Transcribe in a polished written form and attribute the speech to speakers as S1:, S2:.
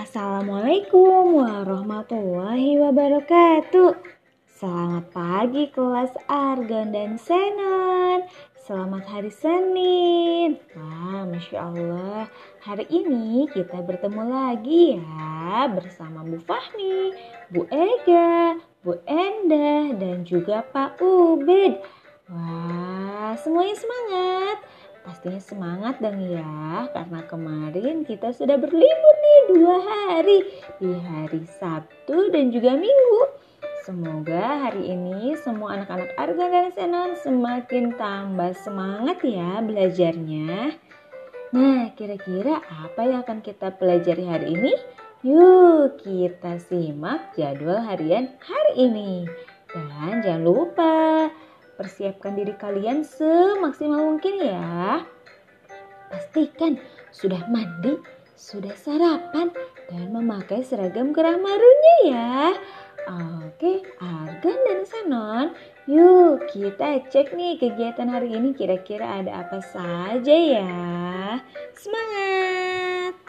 S1: Assalamualaikum warahmatullahi wabarakatuh. Selamat pagi kelas Argan dan Senon. Selamat hari Senin. Wah, Masya Allah. Hari ini kita bertemu lagi ya bersama Bu Fahmi, Bu Ega, Bu Endah, dan juga Pak Ubed. Wah, semuanya semangat. Pastinya semangat dong ya, karena kemarin kita sudah berlibur nih 2 hari, di hari Sabtu dan juga Minggu. Semoga hari ini semua anak-anak Argan dan Senon semakin tambah semangat ya belajarnya. Nah, kira-kira apa yang akan kita pelajari hari ini? Yuk kita simak jadwal harian hari ini. Dan jangan lupa persiapkan diri kalian semaksimal mungkin ya. Pastikan sudah mandi, sudah sarapan, dan memakai seragam kerah marunya ya. Oke, Argan dan Senon, yuk kita cek nih kegiatan hari ini kira-kira ada apa saja ya. Semangat!